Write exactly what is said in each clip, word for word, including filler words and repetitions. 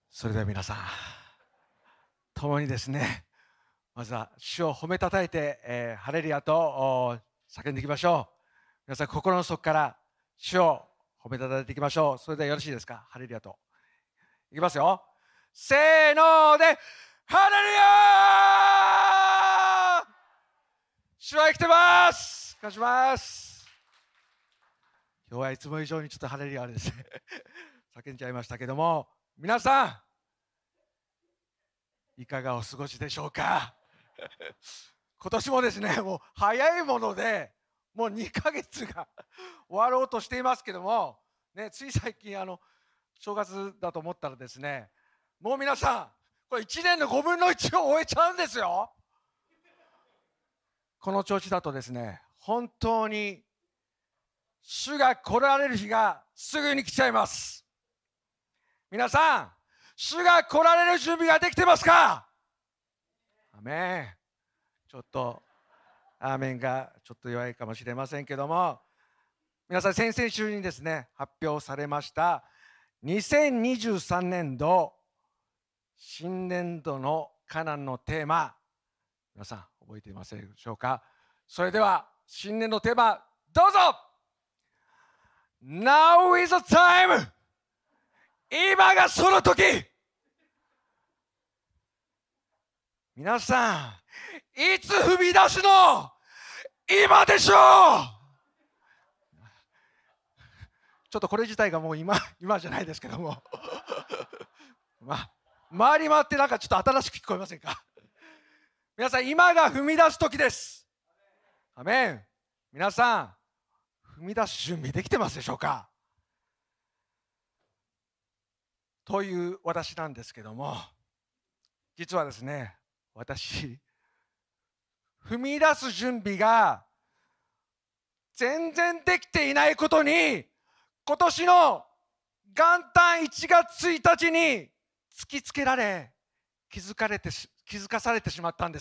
それでは皆さん共にですね、まずは主を褒めたたえて、えー、ハレルヤと叫んでいきましょう。皆さん心の底から主を褒めたたえていきましょう。それではよろしいですか。ハレルヤといきますよ。せーのでハレルヤー。主は生きてます。感謝します。今日はいつも以上にちょっとハレルヤですね叫んじゃいましたけども、皆さんいかがお過ごしでしょうか今年もですね、もう早いものでもうにかげつが終わろうとしていますけども、ね、つい最近あの正月だと思ったらですね、もう皆さんこれいちねんのごぶんのいちを終えちゃうんですよ。この調子だとですね、本当に主が来られる日がすぐに来ちゃいます。皆さん、主が来られる準備ができてますか？アメン。ちょっとアーメンがちょっと弱いかもしれませんけども、皆さん先々週にですね発表されましたにせんにじゅうさんねんど新年度のカナンのテーマ、皆さん覚えていませんでしょうか？それでは新年のテーマどうぞ。 Now is the time。 今がその時。皆さんいつ踏み出すの？今でしょう。ちょっとこれ自体がもう 今, 今じゃないですけどもま回り回ってなんかちょっと新しく聞こえませんか？皆さん今が踏み出す時です。アメン。皆さん踏み出す準備できてますでしょうか？という私なんですけども、実はですね、私踏み出す準備が全然できていないことに今年の元旦いちがつついたちに突きつけられ気づかれて気づかされてしまったんです。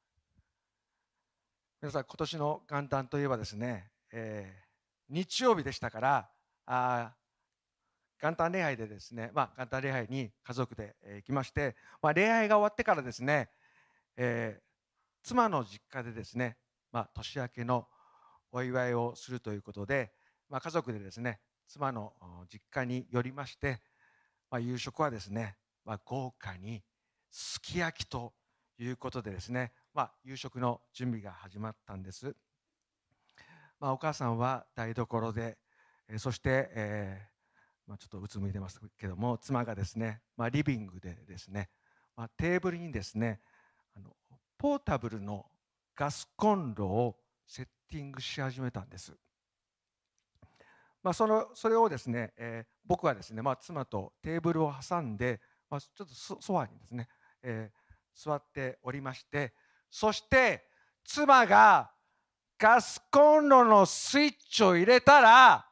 皆さん今年の元旦といえばですね、えー、日曜日でしたから、あ元旦礼拝でですね、まあ、元旦礼拝に家族で行きまして、まあ、礼拝が終わってからですね、えー、妻の実家でですね、まあ、年明けのお祝いをするということで、まあ、家族でですね妻の実家に寄りまして、まあ、夕食はですね、まあ、豪華にすき焼きということでですね、まあ、夕食の準備が始まったんです。まあ、お母さんは台所で、えー、そして、えーまあ、ちょっとうつむいてますけども、妻がですね、まあ、リビングでですね、まあ、テーブルにですねあのポータブルのガスコンロをセッティングし始めたんです。まあ、そのそれをですね、えー、僕はですね、まあ、妻とテーブルを挟んで、まあ、ちょっとソファにですね、えー、座っておりまして、そして妻がガスコンロのスイッチを入れたら、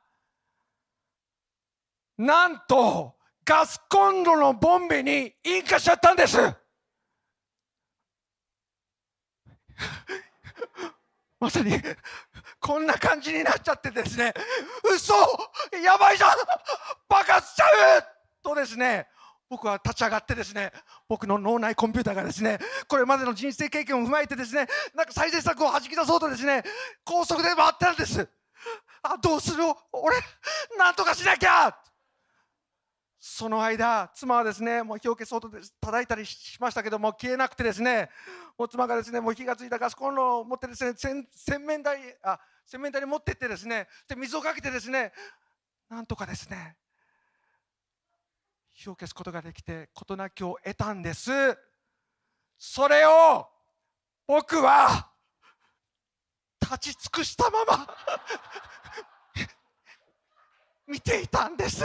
なんとガスコンロのボンベに引火しちゃったんですまさにこんな感じになっちゃってですね、嘘、やばいじゃん、爆発しちゃうとですね、僕は立ち上がってですね、僕の脳内コンピューターがですね、これまでの人生経験を踏まえてですね、なんか最善策を弾き出そうとですね、高速で回ってるんです。あ、どうする、俺なんとかしなきゃ。その間、妻はですね、もう火を消そうと叩いたりしましたけども消えなくてですね、もう妻がですね、もう火がついたガスコンロを持ってですね、洗面台あ洗面台に持ってってですね、で水をかけてですね、なんとかですね火を消すことができて事なきを得たんです。それを僕は立ち尽くしたまま見ていたんです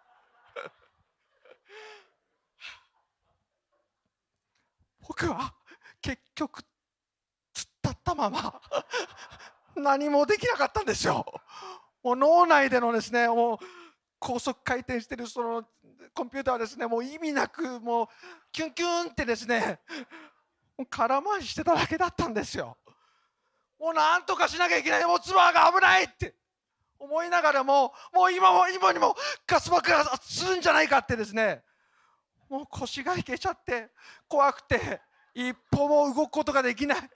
僕は結局突っ立ったまま何もできなかったんですよ。もう脳内でのですね、もう高速回転してるそのコンピューターはですね、もう意味なくもうキュンキュンってですね、もう空回りしてただけだったんですよ。もうなんとかしなきゃいけない、もう妻が危ないって思いながらも、もう今も今にもガス爆発するんじゃないかってですね、 もう腰がいけちゃって怖くて一歩も動くことができない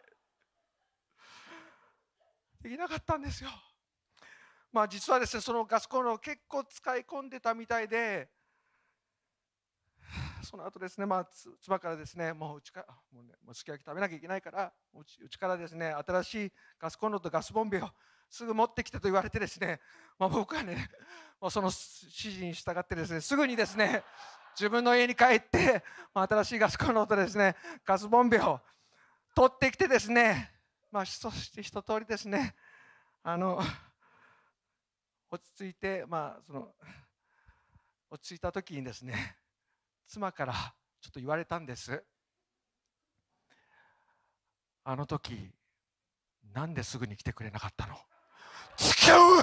できなかったんですよ。まあ実はですね、そのガスコンロを結構使い込んでたみたいで、その後ですね、まあ妻からですね、もううちからもうね、もうすき焼き食べなきゃいけないから、うちうちからですね、新しいガスコンロとガスボンベをすぐ持ってきてと言われてですね、まあ、僕はね、もうその指示に従ってですね、すぐにですね、自分の家に帰って、まあ、新しいガスコンロとですね、ガスボンベを取ってきてですね、まあ、そして一通りですね、あの落ち着いて、まあ、その落ち着いた時にですね、妻からちょっと言われたんです。あの時なんですぐに来てくれなかったの？付き合う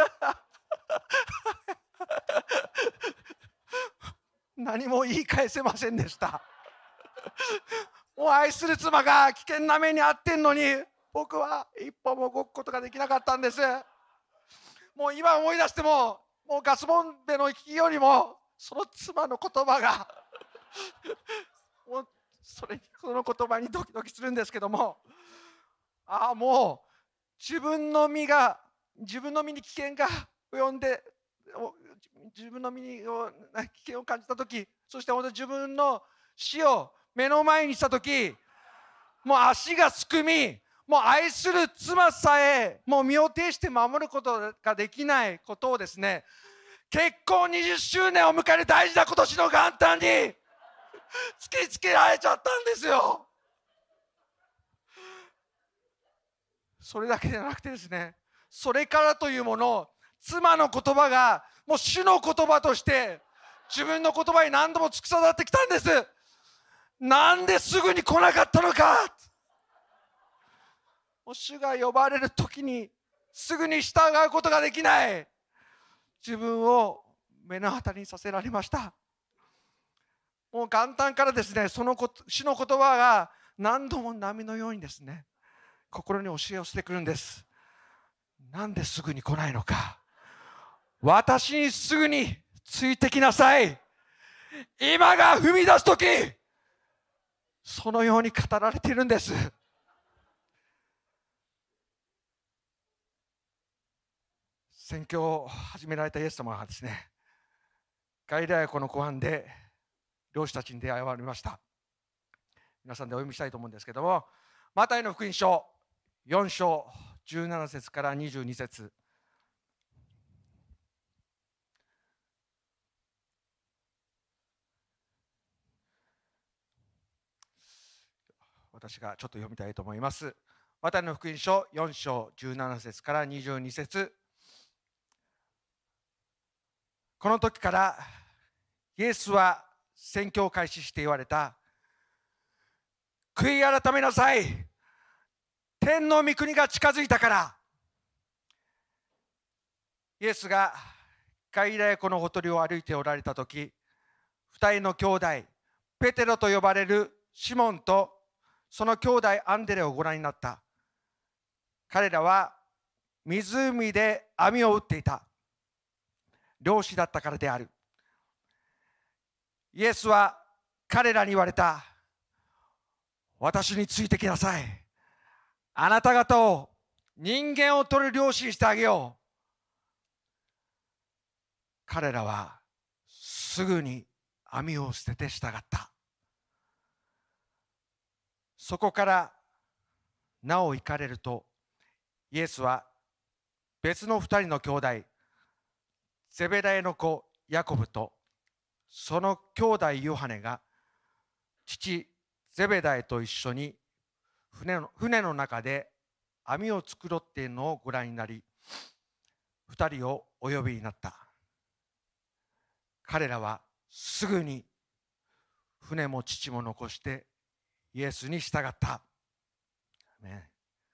何も言い返せませんでした。もう愛する妻が危険な目に遭ってんのに、僕は一歩も動くことができなかったんです。もう今思い出しても、もうガスボンベの引きよりもその妻の言葉がもうそれその言葉にドキドキするんですけども、ああもう自分の身が自分の身に危険が及んで、自分の身に危険を感じた時、そして自分の死を目の前にした時、もう足がすくみ、もう愛する妻さえもう身を挺して守ることができないことをですね、結婚にじゅっしゅうねんを迎える大事な今年の元旦に突きつけられちゃったんですよ。それだけではなくてですね、それからというもの、妻の言葉がもう主の言葉として自分の言葉に何度も突き刺さってきたんです。なんですぐに来なかったのか。もう主が呼ばれる時にすぐに従うことができない自分を目の当たりにさせられました。もう元旦からですね、そのこと主の言葉が何度も波のようにですね、心に教えをしてくるんです。なんですぐに来ないのか。私にすぐについてきなさい。今が踏み出す時、そのように語られているんです。宣教を始められたイエス様はですね、ガリラヤ湖の湖畔で漁師たちに出会われました。皆さんでお読みしたいと思うんですけども、マタイの福音書よん章じゅうなな節からにじゅうに節、私がちょっと読みたいと思います。マタイの福音書よん章じゅうなな節からにじゅうに節。この時からイエスは宣教を開始して言われた。悔い改めなさい。天の御国が近づいたから。イエスがガリラヤ湖のほとりを歩いておられた時、二人の兄弟ペテロと呼ばれるシモンとその兄弟アンデレをご覧になった。彼らは湖で網を打っていた。漁師だったからである。イエスは彼らに言われた。私についてきなさい。あなた方を人間を取る漁師にしてあげよう。彼らはすぐに網を捨てて従った。そこからなお行かれると、イエスは別の二人の兄弟ゼベダイの子ヤコブとその兄弟ヨハネが父ゼベダイと一緒に船の、船の中で網を繕っているのをご覧になり、二人をお呼びになった。彼らはすぐに船も父も残してイエスに従った。ね、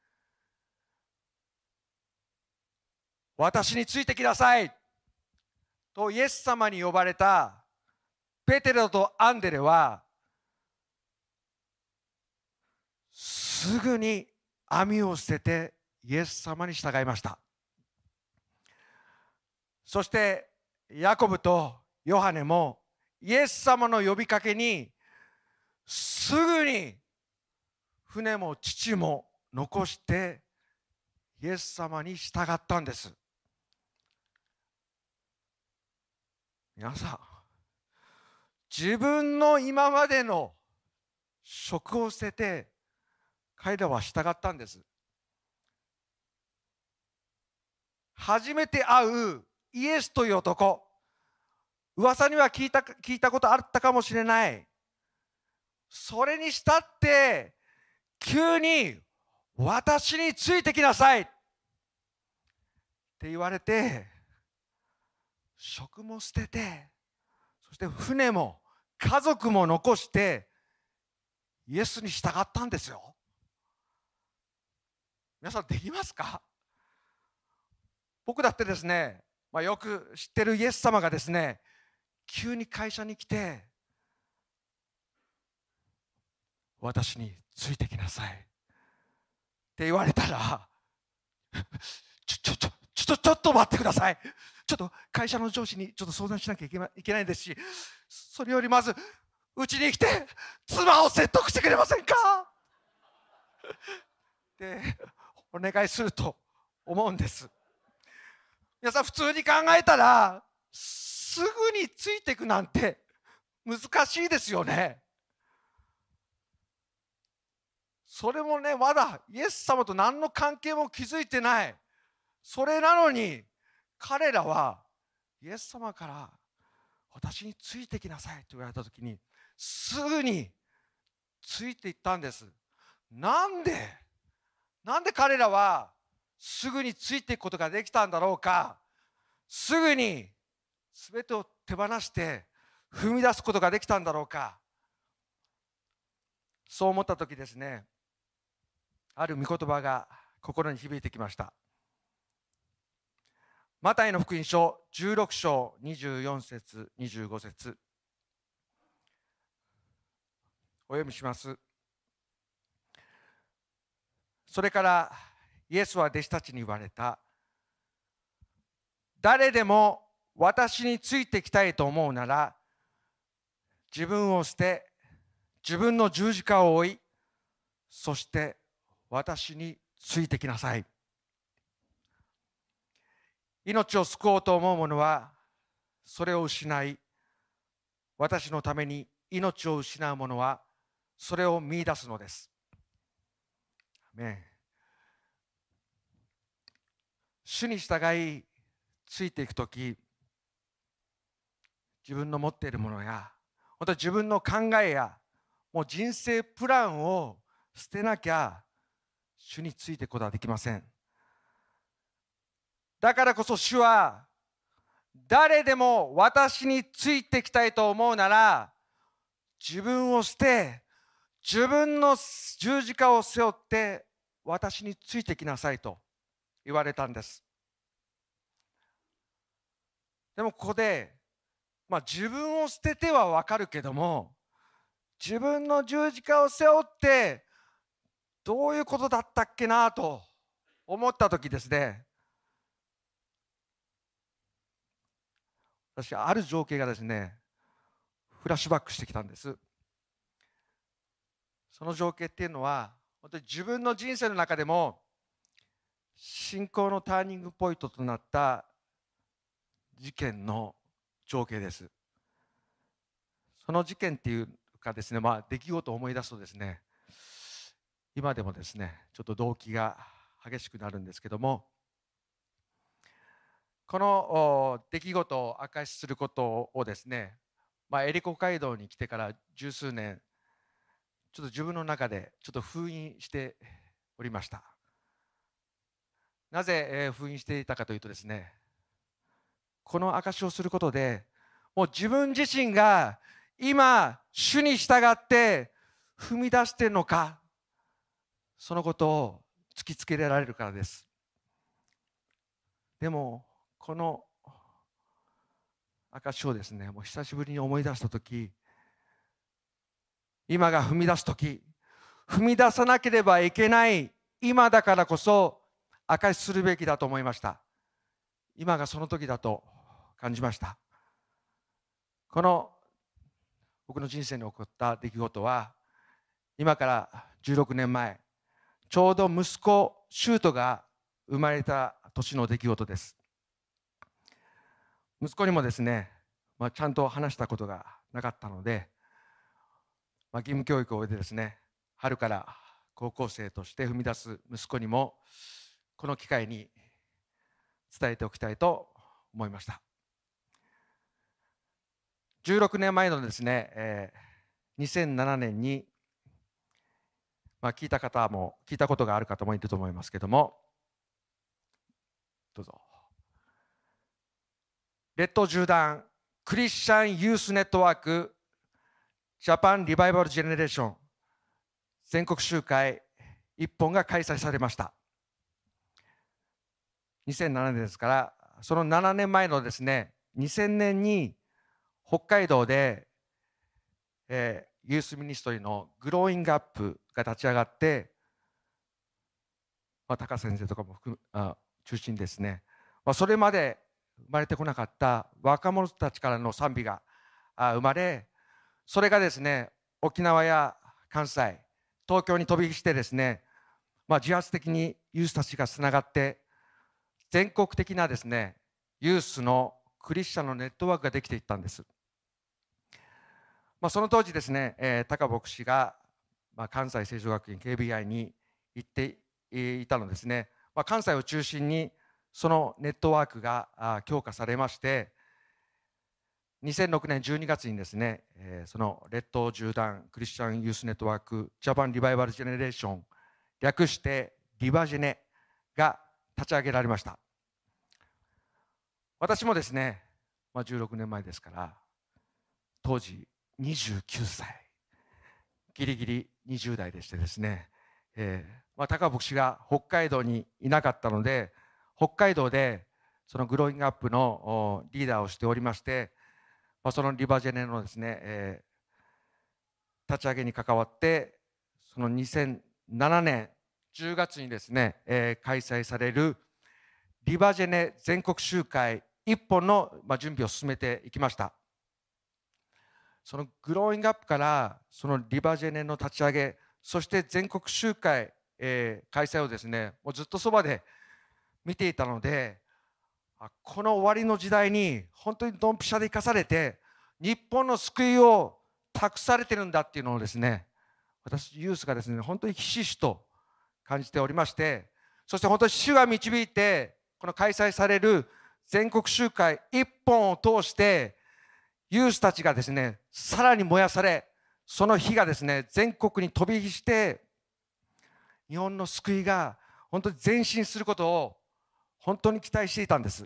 私についてきなさいとイエス様に呼ばれたペテロとアンデレはすぐに網を捨ててイエス様に従いました。そしてヤコブとヨハネもイエス様の呼びかけにすぐに船も父も残してイエス様に従ったんです。皆さん、自分の今までの職を捨てて彼らは従ったんです。初めて会うイエスという男、噂には聞いた、聞いたことあったかもしれない。それにしたって急に私についてきなさいって言われて、職も捨てて、そして船も家族も残してイエスに従ったんですよ。皆さんできますか？僕だってですね、まあ、よく知ってるイエス様がですね、急に会社に来て、私についてきなさいって言われたら、ちょちょちょちょちょっと待ってください。ちょっと会社の上司にちょっと相談しなきゃいけない、いけないですし、それよりまずうちに来て妻を説得してくれませんかってお願いすると思うんです。皆さん、普通に考えたらすぐについていくなんて難しいですよね。それもね、まだイエス様と何の関係も築いてない。それなのに彼らはイエス様から私についてきなさいと言われたときにすぐについていったんです。なんでなんで彼らはすぐについていくことができたんだろうか。すぐに全てを手放して踏み出すことができたんだろうか。そう思ったときですね、ある御言葉が心に響いてきました。マタイの福音書じゅうろく章にじゅうよん節にじゅうご節、お読みします。それからイエスは弟子たちに言われた。誰でも私についてきたいと思うなら、自分を捨て自分の十字架を追い、そして私についてきなさい。命を救おうと思う者はそれを失い、私のために命を失う者はそれを見出すのです。アメン。主に従いついていくとき、自分の持っているものやまた自分の考えやもう人生プランを捨てなきゃ主についていくことはできません。だからこそ主は誰でも私についてきたいと思うなら自分を捨て自分の十字架を背負って私についてきなさいと言われたんです。でもここで、まあ、自分を捨てては分かるけども自分の十字架を背負ってどういうことだったっけなと思った時ですね、私ある情景がですねフラッシュバックしてきたんです。その情景っていうのは本当に自分の人生の中でも信仰のターニングポイントとなった事件の情景です。その事件っていうかですね、まあ、出来事を思い出すとですね、今でもですねちょっと動機が激しくなるんですけども、この出来事を明かしすることをですね、まあ、エリコ街道に来てから十数年ちょっと自分の中でちょっと封印しておりました。なぜ、えー、封印していたかというとですね、この証しをすることでもう自分自身が今主に従って踏み出しているのか、そのことを突きつけられるからです。でもこの証しをですねもう久しぶりに思い出したとき、今が踏み出すとき、踏み出さなければいけない今だからこそ証しするべきだと思いました。今がその時だと感じました。この僕の人生に起こった出来事は、今からじゅうろくねんまえ、ちょうど息子シュートが生まれた年の出来事です。息子にもですね、まあ、ちゃんと話したことがなかったので、まあ、義務教育を終えてですね、春から高校生として踏み出す息子にもこの機会に伝えておきたいと思いました。じゅうろくねんまえのですね、えー、にせんななねんに、まあ、聞いた方も聞いたことがある方もいると思いますけども、どうぞ。列島縦断クリスチャンユースネットワークジャパンリバイバルジェネレーション全国集会いっぽんが開催されました。にせんななねんですから、そのななねんまえのですね、にせんねんに北海道で、えー、ユースミニストリーのグローイングアップが立ち上がって、まあ、高先生とかも含あ中心ですね、まあ、それまで生まれてこなかった若者たちからの賛美が生まれ、それがですね、沖縄や関西、東京に飛び火してですね、まあ、自発的にユースたちがつながって全国的なですね、ユースのクリスチャンのネットワークができていったんです。まあ、その当時ですね、えー、高牧師が、まあ、関西聖書学院 ケービーアイ に行っていたのですね、まあ、関西を中心にそのネットワークが強化されまして、にせんろくねんじゅうにがつにですね、えー、その列島縦断クリスチャンユースネットワークジャパンリバイバルジェネレーション、略してリバジェネが立ち上げられました。私もですね、まあ、じゅうろくねんまえですから、当時にじゅうきゅうさい、ギリギリにじゅうだいでしてですね、えーまあ、高牧師が北海道にいなかったので、北海道でそのグローイングアップのリーダーをしておりまして、まあ、そのリバジェネのですね、えー、立ち上げに関わって、そのにせんななねんじゅうがつにですね、えー、開催されるリバジェネ全国集会いっぽんの、まあ、準備を進めていきました。そのグローイングアップからそのリバジェネの立ち上げ、そして全国集会、えー、開催をですね、もうずっとそばで見ていたので、この終わりの時代に本当にドンピシャで生かされて日本の救いを託されてるんだっていうのをですね、私ユースがですね、本当にひしひしと感じておりまして、そして本当に主が導いてこの開催される全国集会いっぽんを通してユースたちがですね、さらに燃やされ、その火がですね、全国に飛び火して日本の救いが本当に前進することを本当に期待していたんです。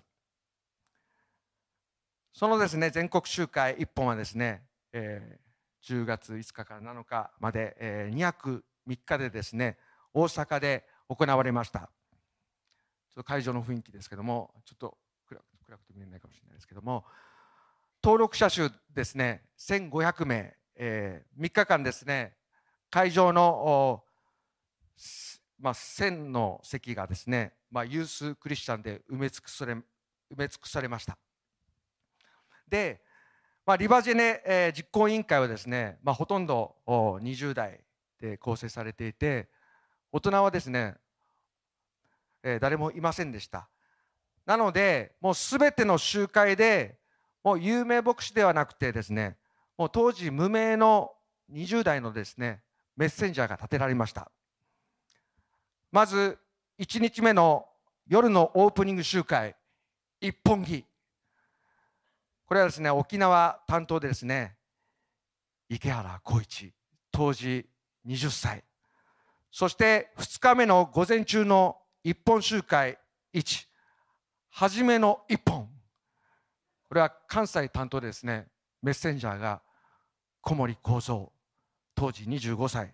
そのですね、全国集会いっぽんはですね、えー、じゅうがついつかからなのかまで、えー、にはくみっかでですね、大阪で行われました。ちょっと会場の雰囲気ですけども、ちょっと暗くて見えないかもしれないですけども、登録者数ですね、せんごひゃくめい、えー、みっかかんですね、会場の、まあ、せんの席がですね、まあ、ユースクリスチャンで埋め尽くされ、埋め尽くされました。で、まあ、リバジェネ、えー、実行委員会はですね、まあ、ほとんどにじゅうだいで構成されていて、大人はですね、えー、誰もいませんでした。なので、もうすべての集会で、もう有名牧師ではなくてですね、もう当時無名のにじゅうだいのですね、メッセンジャーが立てられました。まずいちにちめの夜のオープニング集会一本木、これはですね、沖縄担当でですね、池原浩一、当時はたち、そしてふつかめの午前中の一本集会いち、はじめの一本、これは関西担当でですね、メッセンジャーが小森幸三、当時にじゅうごさい。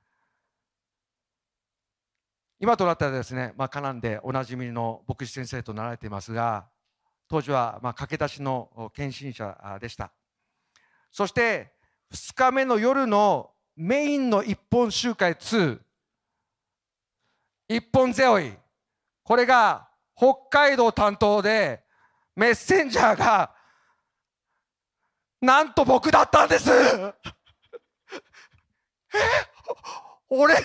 今となったらですね、まあ、カナンでおなじみの牧師先生となられていますが、当時はまあ駆け出しの献身者でした。そしてふつかめの夜のメインの一本集会に、一本背負い、これが北海道担当でメッセンジャーがなんと僕だったんです。え俺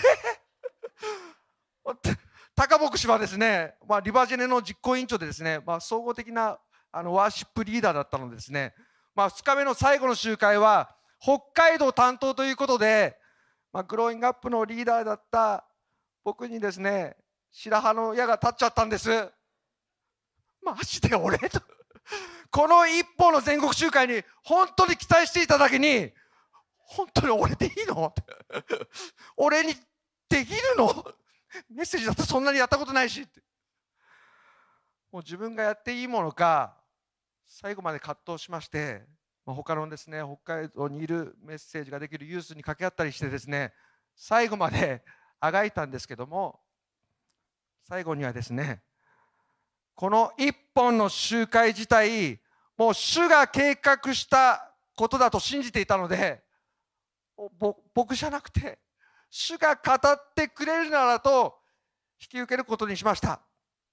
高牧師はですね、まあ、リバジェネの実行委員長でですね、まあ、総合的なあのワーシップリーダーだったのでですね、まあ、ふつかめの最後の集会は北海道担当ということで、まあ、グローイングアップのリーダーだった僕にですね、白羽の矢が立っちゃったんです。マジで俺とこの一本の全国集会に本当に期待していただけに、本当に俺でいいの俺にできるのメッセージだってそんなにやったことないしって、もう自分がやっていいものか最後まで葛藤しまして、まあ、他のですね、北海道にいるメッセージができるユースに掛け合ったりしてですね、最後まであがいたんですけども、最後にはですね、この一本の集会自体、もう主が計画したことだと信じていたので、僕じゃなくて主が語ってくれるならと引き受けることにしました。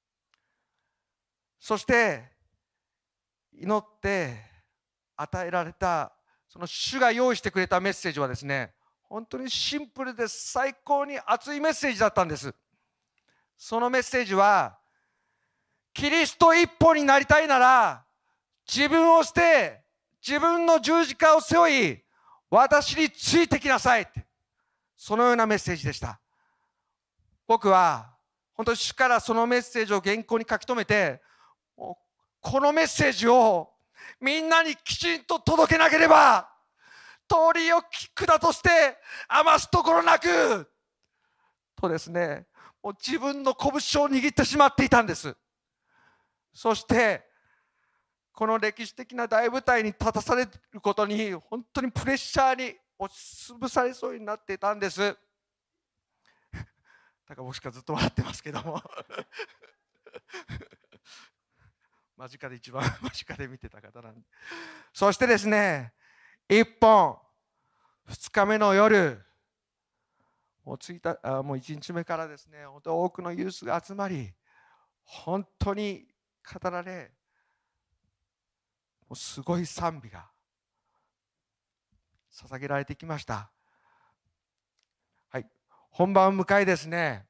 そして祈って与えられたその主が用意してくれたメッセージはですね、本当にシンプルで最高に熱いメッセージだったんです。そのメッセージは、キリスト一本になりたいなら自分を捨て自分の十字架を背負い私についてきなさいって、そのようなメッセージでした。僕は本当に主からそのメッセージを原稿に書き留めて、このメッセージをみんなにきちんと届けなければ鳥を管として余すところなくとですね、もう自分の拳を握ってしまっていたんです。そしてこの歴史的な大舞台に立たされることに本当にプレッシャーに押しつぶされそうになっていたんです。高牧師がずっと笑ってますけども間近で一番間近で見てた方なんで。そしてですね、一本ふつかめの夜、もうついたあもういちにちめからですね、本当多くのユースが集まり、本当に語られ、もうすごい賛美が捧げられてきました。はい、本番を迎えですね、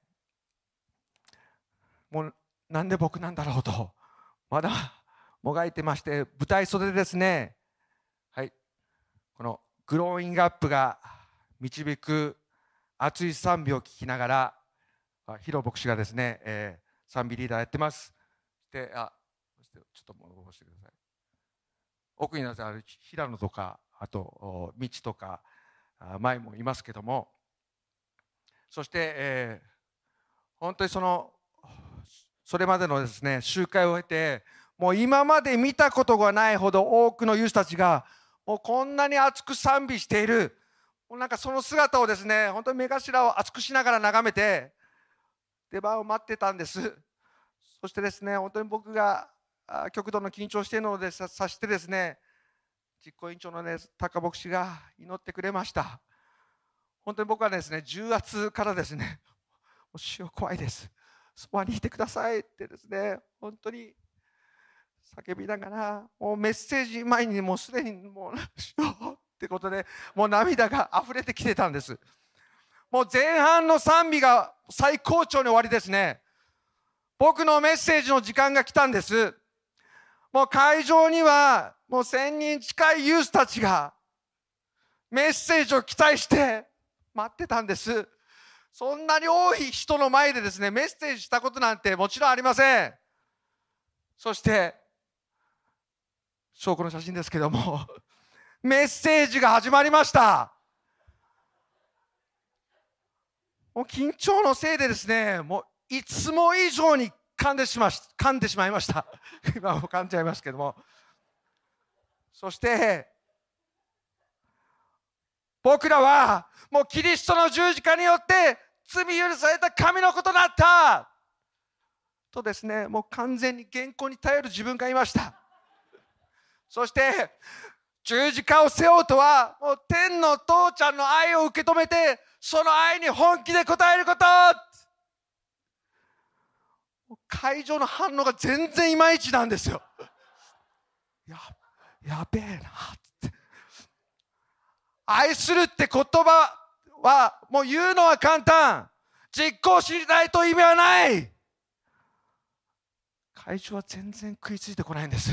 もうなんで僕なんだろうとまだもがいてまして、舞台袖でですね、はい、このグローイングアップが導く熱い賛美を聞きながら、ヒロ牧師がですね、えー、賛美リーダーやってます。で、あ、そしてちょっと戻してください。奥になってある平野とか、あと道とか前もいますけども、そして、えー、本当にそのそれまでのですね集会を経て、もう今まで見たことがないほど多くのユースたちがもうこんなに熱く賛美している、もうなんかその姿をですね、本当に目頭を熱くしながら眺めて出番を待ってたんです。そしてですね、本当に僕が極度の緊張しているので察してですね、実行委員長の、ね、高牧師が祈ってくれました。本当に僕はですね、重圧からですね、主よ怖いです、そばにいてくださいってですね、本当に叫びながら、もうメッセージ前にもうすでにもう主よってことで、もう涙が溢れてきてたんです。もう前半の賛美が最高潮に終わりですね、僕のメッセージの時間が来たんです。もう会場にはもうせんにん近いユースたちがメッセージを期待して待ってたんです。そんなに多い人の前でですね、メッセージしたことなんてもちろんありません。そして証拠の写真ですけどもメッセージが始まりました。もう緊張のせいでですね、もういつも以上に噛んでしまし噛んでしまいました今も噛んじゃいますけども、そして僕らはもうキリストの十字架によって罪許された神のことだったとですね、もう完全に原稿に頼る自分がいました。そして十字架を背負うとは、もう天の父ちゃんの愛を受け止めて、その愛に本気で応えること。会場の反応が全然いまいちなんですよ。や、やべえなって愛するって言葉はもう言うのは簡単。実行しないと意味はない。会長は全然食いついてこないんです。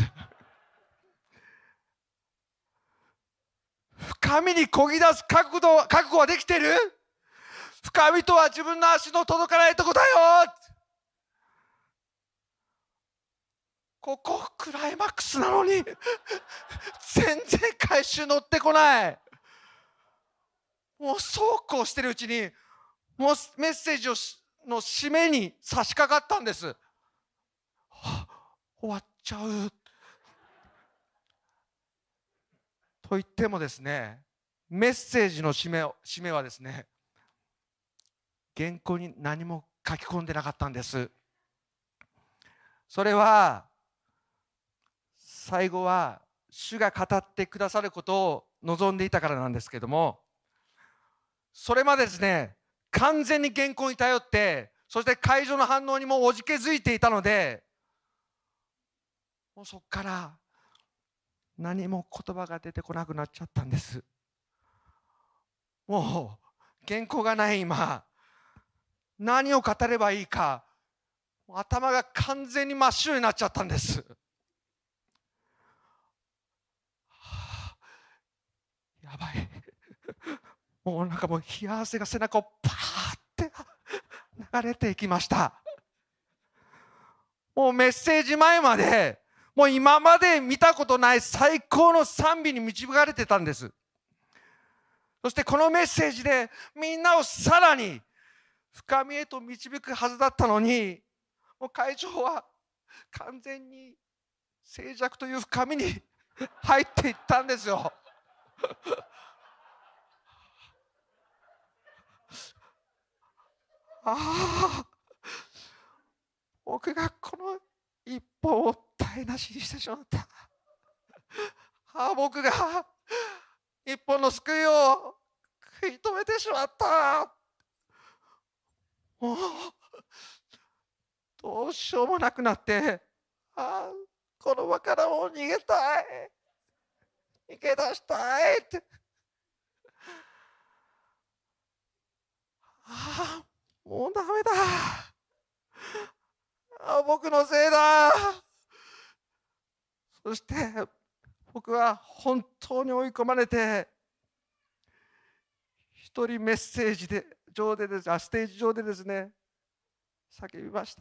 深みにこぎ出す覚悟覚悟はできてる？深みとは自分の足の届かないとこだよ。ここクライマックスなのに全然回収乗ってこない。もうそうこうしてるうちにもうメッセージをの締めに差し掛かったんです。はあ、終わっちゃうと言ってもですね、メッセージの締め締めはですね、原稿に何も書き込んでなかったんです。それは最後は主が語ってくださることを望んでいたからなんですけども、それまでですね、完全に原稿に頼って、そして会場の反応にもおじけづいていたので、もうそこから何も言葉が出てこなくなっちゃったんです。もう原稿がない今、何を語ればいいか、頭が完全に真っ白になっちゃったんです。はあ、やばい。もうなんかもう冷や汗が背中をパーって流れていきました。もうメッセージ前までもう今まで見たことない最高の賛美に導かれてたんです。そしてこのメッセージでみんなをさらに深みへと導くはずだったのに、もう会場は完全に静寂という深みに入っていったんですよ。ああ、僕がこの一歩を台無しにしてしまった。ああ、僕が一本の救いを食い止めてしまった。もうどうしようもなくなって、ああ、この場からもう逃げたい、逃げ出したいって、ああ、もうダメだ、ああ、僕のせいだ。そして僕は本当に追い込まれて、一人メッセージで上でですあステージ上でですね、叫びました。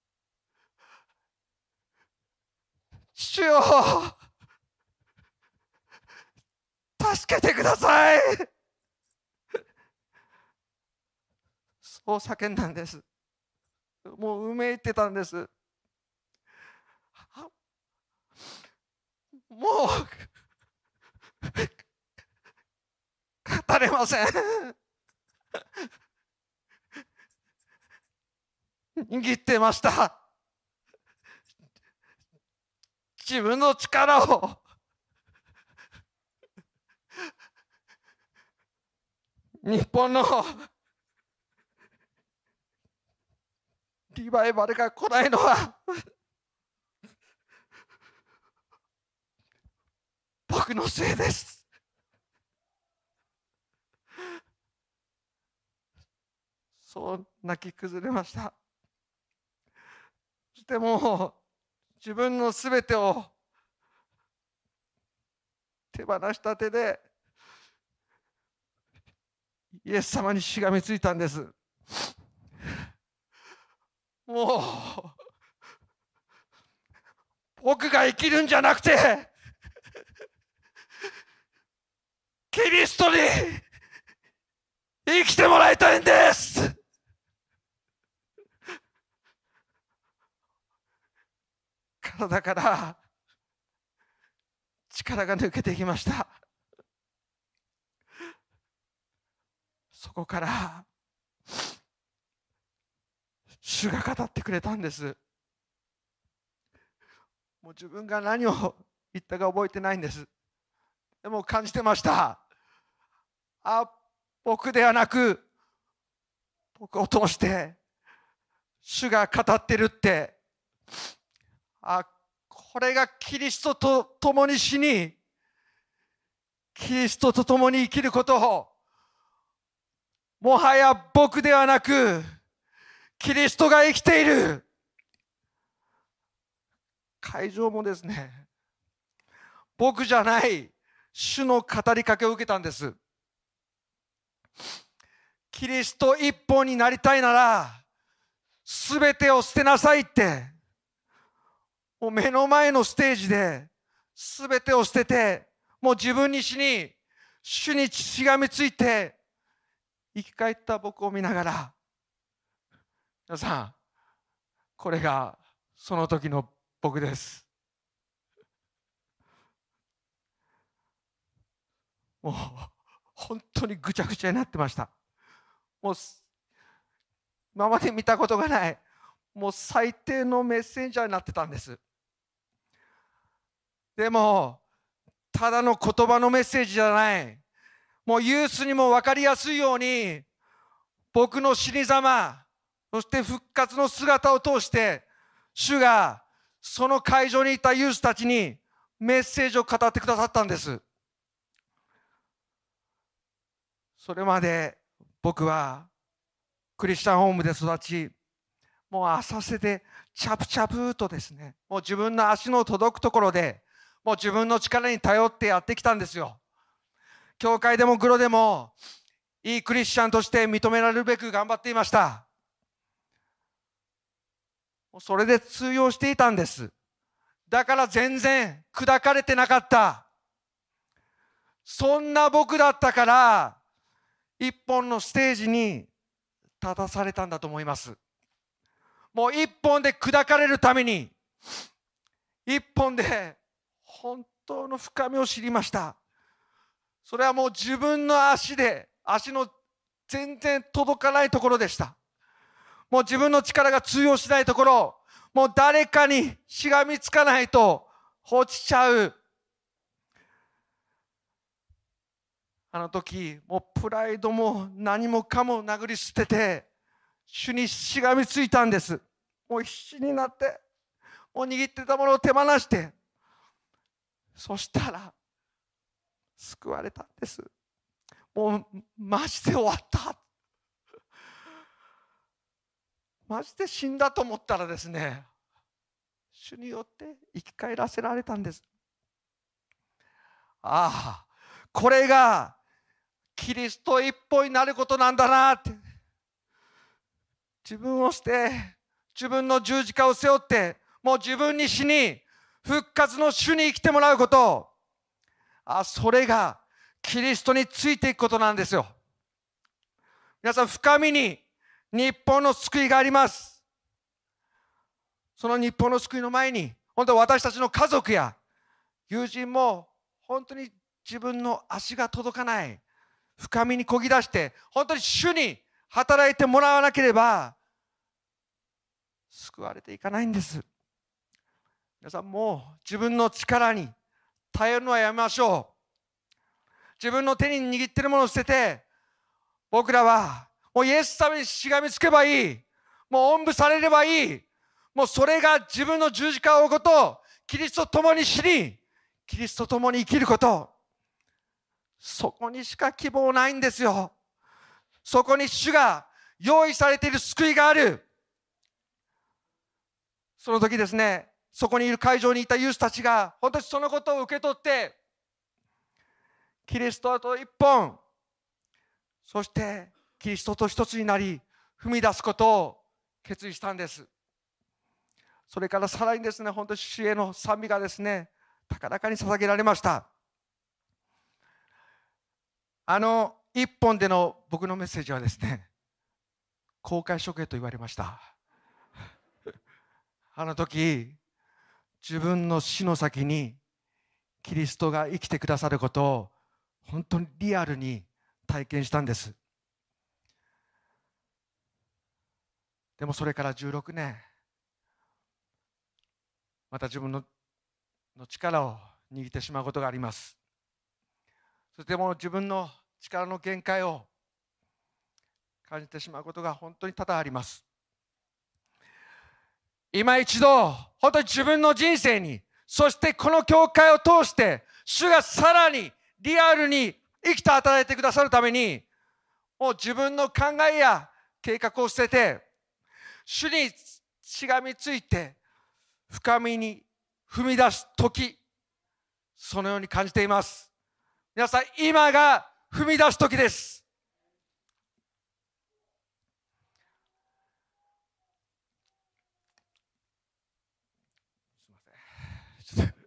主よ、助けてください。そう叫んだんです。もううめいてたんです。もう語れません。握ってました。自分の力を日本のリバイバルが来ないのは僕のせいです。そう泣き崩れました。そしてもう自分のすべてを手放した手でイエス様にしがみついたんです。もう僕が生きるんじゃなくてキリストに生きてもらいたいんです。体から力が抜けていきました。そこから主が語ってくれたんです。もう自分が何を言ったか覚えてないんです。でも感じてました。あ、僕ではなく僕を通して主が語ってるって、あ、これがキリストと共に死にキリストと共に生きることを、もはや僕ではなくキリストが生きている。会場もですね、僕じゃない主の語りかけを受けたんです。キリスト一本になりたいならすべてを捨てなさいって、もう目の前のステージですべてを捨てて、もう自分に死に主にしがみついて生き返った僕を見ながら、皆さん、これがその時の僕です。もう本当にぐちゃぐちゃになってました。もう今まで見たことがない、もう最低のメッセンジャーになってたんです。でもただの言葉のメッセージじゃない、もうユースにも分かりやすいように、僕の死に様、そして復活の姿を通して主がその会場にいたユースたちにメッセージを語ってくださったんです。それまで僕はクリスチャンホームで育ち、もう浅瀬でチャプチャプとですね、もう自分の足の届くところでもう自分の力に頼ってやってきたんですよ。教会でもグロでもいいクリスチャンとして認められるべく頑張っていました。それで通用していたんです。だから全然砕かれてなかった。そんな僕だったから一本のステージに立たされたんだと思います。もう一本で砕かれるために、一本で本当の深みを知りました。それはもう自分の足で、足の全然届かないところでした。もう自分の力が通用しないところ、もう誰かにしがみつかないと落ちちゃう。あの時、もうプライドも何もかも殴り捨てて、主にしがみついたんです。もう必死になって、もう握ってたものを手放して、そしたら救われたんです。もうマジで終わった。マジで死んだと思ったらですね、主によって生き返らせられたんです。ああ、これがキリスト一本になることなんだなって。自分を捨て、自分の十字架を背負って、もう自分に死に、復活の主に生きてもらうこと。あ、それがキリストについていくことなんですよ。皆さん、深みに日本の救いがあります。その日本の救いの前に、本当私たちの家族や友人も本当に自分の足が届かない深みにこぎ出して、本当に主に働いてもらわなければ救われていかないんです。皆さん、もう自分の力に頼るのはやめましょう。自分の手に握っているものを捨てて、僕らはもうイエス様にしがみつけばいい、もうおんぶされればいい、もうそれが自分の十字架を追うこと、キリストと共に死にキリストと共に生きること、そこにしか希望ないんですよ。そこに主が用意されている救いがある。その時ですね、そこにいる会場にいたユースたちが本当にそのことを受け取って、キリストと一本、そしてキリストと一つになり踏み出すことを決意したんです。それからさらにですね、本当に主への賛美がですね、高らかに捧げられました。あの一本での僕のメッセージはですね、公開処刑と言われました。あの時、自分の死の先にキリストが生きてくださることを本当にリアルに体験したんです。でもそれからじゅうろくねん、また自分の力を握ってしまうことがあります。そしてもう自分の力の限界を感じてしまうことが本当に多々あります。今一度本当に自分の人生に、そしてこの教会を通して主がさらにリアルに生きて働いてくださるために、もう自分の考えや計画を捨てて、主にしがみついて深みに踏み出す時、そのように感じています。皆さん、今が踏み出す時です。すいません。ちょっと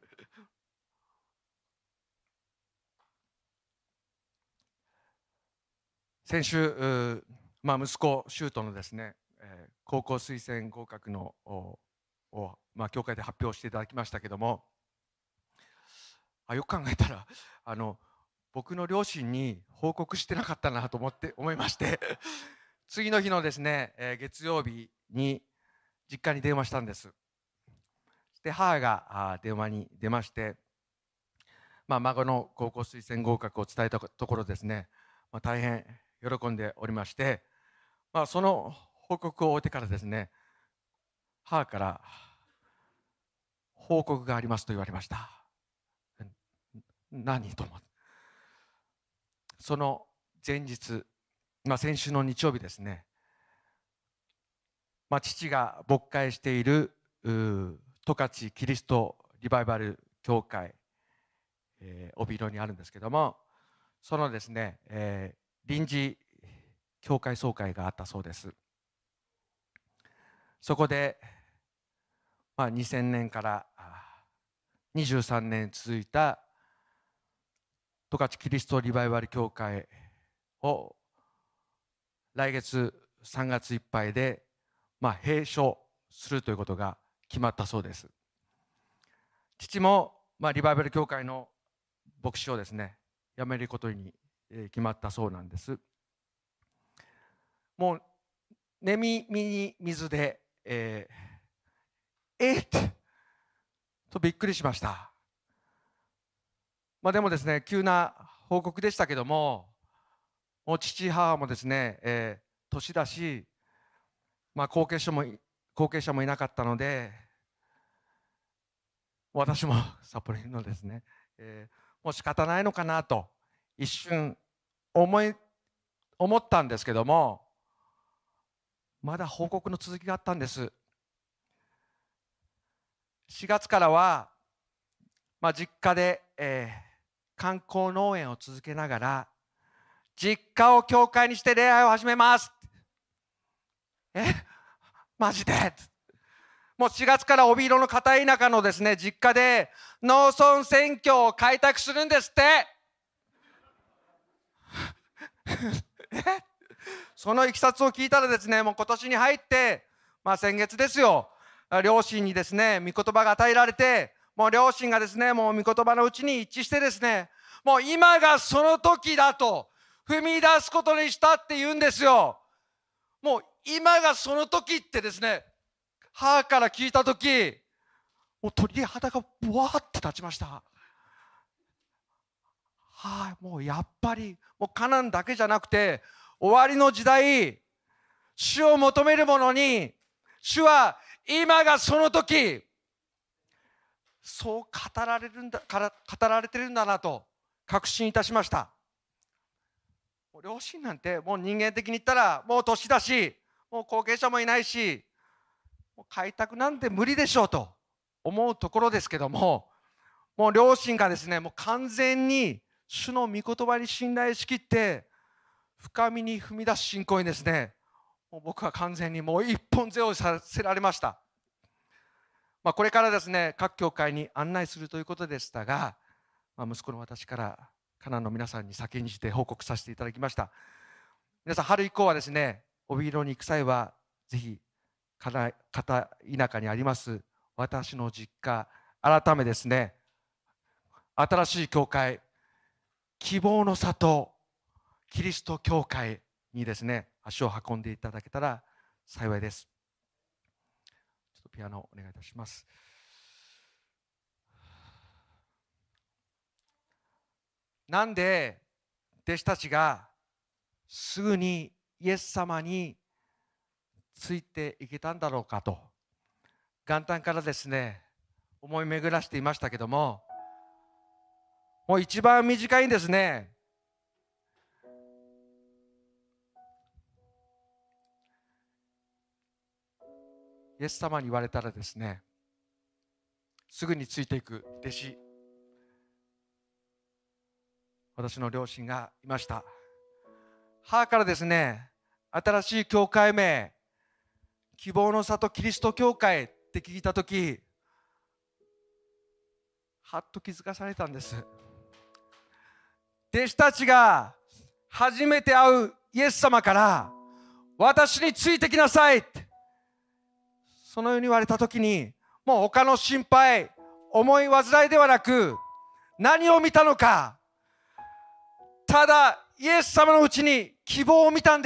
先週、まあ、息子シュートのですね、えー、高校推薦合格のを、まあ、教会で発表していただきましたけども、あ、よく考えたらあの僕の両親に報告してなかったなと思って思いまして次の日のですね、えー、月曜日に実家に電話したんです。で、母があ電話に出まして、まあ、孫の高校推薦合格を伝えたところですね、まあ、大変喜んでおりまして、まあ、その報告を終えてからですね、母から報告がありますと言われました。何と思って、その前日、まあ、先週の日曜日ですね、まあ、父が牧会している十勝キリストリバイバル教会、えー、帯広にあるんですけども、そのですね、えー、臨時教会総会があったそうです。そこで、まあ、にせんねんからにじゅうさんねん続いた十勝キリストリバイバル教会を来月さんがついっぱいで、まあ、閉所するということが決まったそうです。父も、まあ、リバイバル教会の牧師をですね、辞めることに決まったそうなんです。もう寝耳に水で、えー、えー、ってとびっくりしました。まあ、でもですね、急な報告でしたけども、もう父母もですね、えー、年だし、まあ、後継者も後継者もいなかったので、私も札幌のですね、えー、もう仕方ないのかなと一瞬思い思ったんですけども、まだ報告の続きがあったんです。しがつからは、まあ、実家で、えー、観光農園を続けながら実家を教会にして礼拝を始めます。えマジでもうしがつから帯広の片田舎のですね、実家で農村選挙を開拓するんですってえそのいきさつを聞いたらですね、もう今年に入って、まあ、先月ですよ、両親にですね、御言葉が与えられて、もう両親がですね、もう御言葉のうちに一致してですね、もう今がその時だと踏み出すことにしたって言うんですよ。もう今がその時ってですね、母から聞いた時、もう鳥肌がブワーって立ちました。はい、もうやっぱりもうカナンだけじゃなくて、終わりの時代、主を求める者に主は今がその時、そう語られるんだから語られてるんだなと確信いたしました。もう両親なんてもう人間的に言ったらもう年だし、もう後継者もいないし、もう開拓なんて無理でしょうと思うところですけども、もう両親がですね、もう完全に主の御言葉に信頼しきって深みに踏み出す信仰にですね、もう僕は完全にもう一本背負いさせられました。まあ、これからですね、各教会に案内するということでしたが、まあ、息子の私からカナンの皆さんに先んじて報告させていただきました。皆さん、春以降はですね、帯広に行く際はぜひ片田舎にあります私の実家、改めですね、新しい教会、希望の里キリスト教会にですね、足を運んでいただけたら幸いです。ちょっとピアノをお願いいたします。なんで弟子たちがすぐにイエス様についていけたんだろうかと元旦からですね、思い巡らしていましたけども、 もう一番短いんですね。イエス様に言われたらですね、すぐについていく弟子、私の両親がいました。母からですね、新しい教会名、希望の里キリスト教会って聞いたとき、はっと気づかされたんです。弟子たちが初めて会うイエス様から、私についてきなさいってそのように言われたときに、もう他の心配、思い煩いではなく、何を見たのか、ただイエス様のうちに希望を見たんです。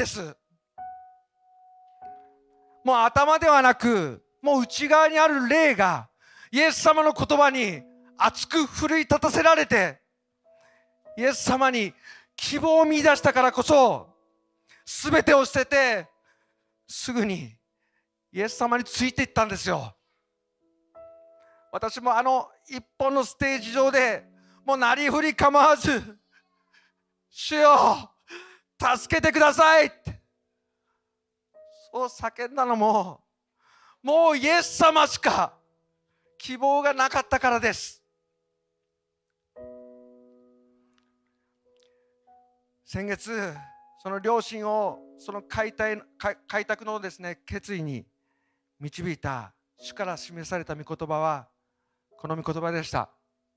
もう頭ではなく、もう内側にある霊がイエス様の言葉に熱く奮い立たせられて、イエス様に希望を見出したからこそ、すべてを捨ててすぐにイエス様についていったんですよ。私もあの一本のステージ上でもうなりふり構わず、主よ助けてくださいってそう叫んだのも、もうイエス様しか希望がなかったからです。先月その両親をその開拓開拓のですね決意に導いた主から示された御言葉はこの御言葉でした。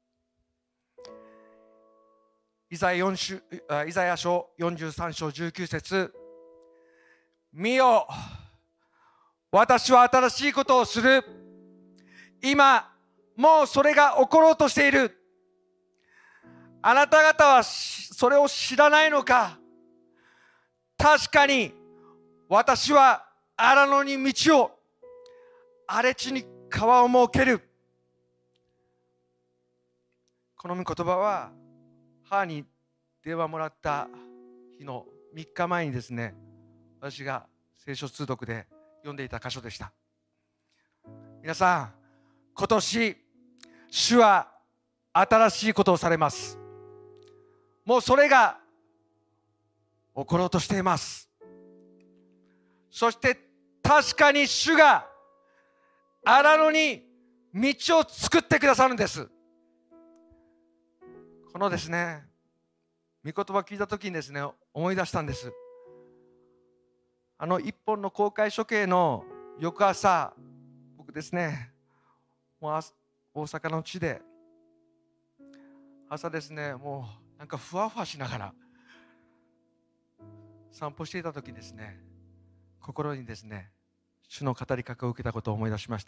イザヤよん章イザヤ書よんじゅうさん章じゅうきゅう節、見よ私は新しいことをする、今もうそれが起ころうとしている、あなた方はそれを知らないのか。確かに私は荒野に道を、荒れ地に川を設ける。この御言葉は母に電話もらった日のみっかまえにですね、私が聖書通読で読んでいた箇所でした。皆さん、今年主は新しいことをされます。もうそれが起ころうとしています。そして確かに主が荒野に道を作ってくださるんです。このですね御言葉を聞いたときにですね思い出したんです。あの一本の公開処刑の翌朝、僕ですねもう大阪の地で朝ですね、もうなんかふわふわしながら散歩していたときにですね、心にですね主の語りかけを受けたことを思い出しました。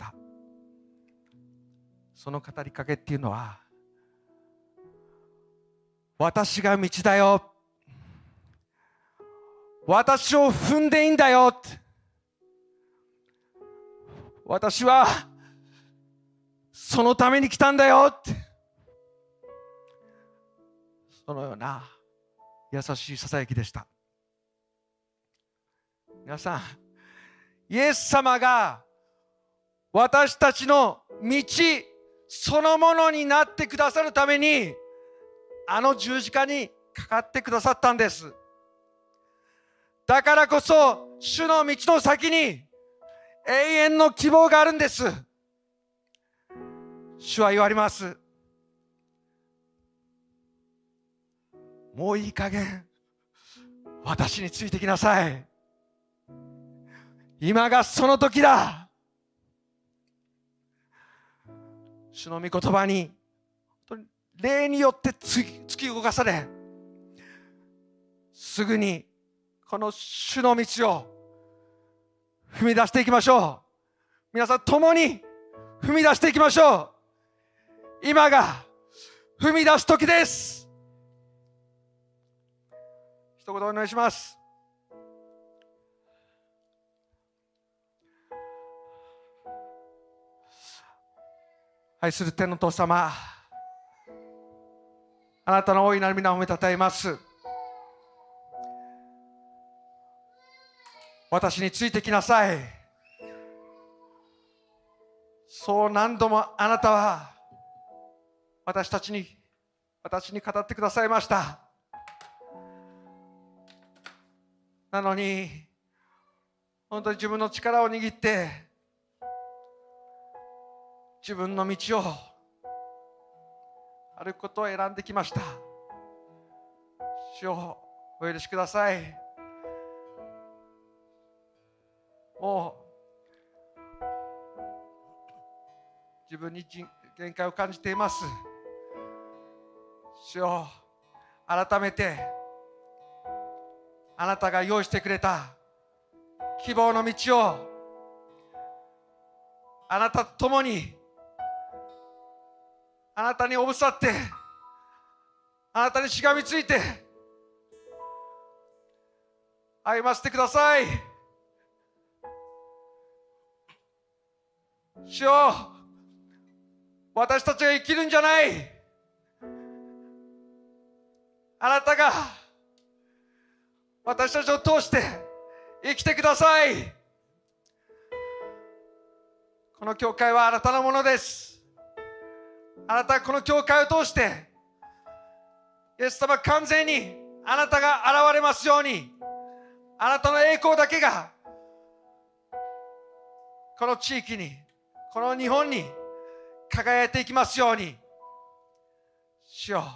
その語りかけっていうのは、私が道だよ、私を踏んでいいんだよ、私はそのために来たんだよって、そのような優しいささやきでした。皆さん、イエス様が私たちの道そのものになってくださるために、あの十字架にかかってくださったんです。だからこそ主の道の先に永遠の希望があるんです。主は言われます。もういい加減私についてきなさい。今がその時だ。主の御言葉に霊によって突き動かされ、すぐにこの主の道を踏み出していきましょう。皆さん共に踏み出していきましょう。今が踏み出す時です。一言お願いします。愛する天のお父様、あなたの大いなる皆を褒めたたえます。私についてきなさい。そう何度もあなたは私たちに私に語ってくださいました。なのに本当に自分の力を握って自分の道を歩くことを選んできました。主をお許しください。もう自分に限界を感じています。主よ、改めてあなたが用意してくれた希望の道をあなたと共に、あなたにおぶさって、あなたにしがみついて歩ませてください。主よ、私たちが生きるんじゃない、あなたが私たちを通して生きてください。この教会はあなたのものです。あなたはこの教会を通してイエス様、完全にあなたが現れますように、あなたの栄光だけがこの地域に、この日本に輝いていきますように。主よ、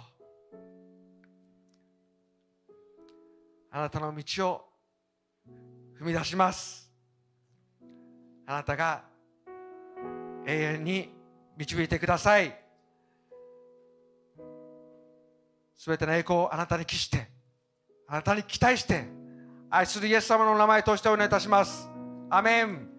あなたの道を踏み出します。あなたが永遠に導いてください。すべての栄光をあなたに帰して、あなたに期待して、愛するイエス様の名前としてお願いいたします。アメン。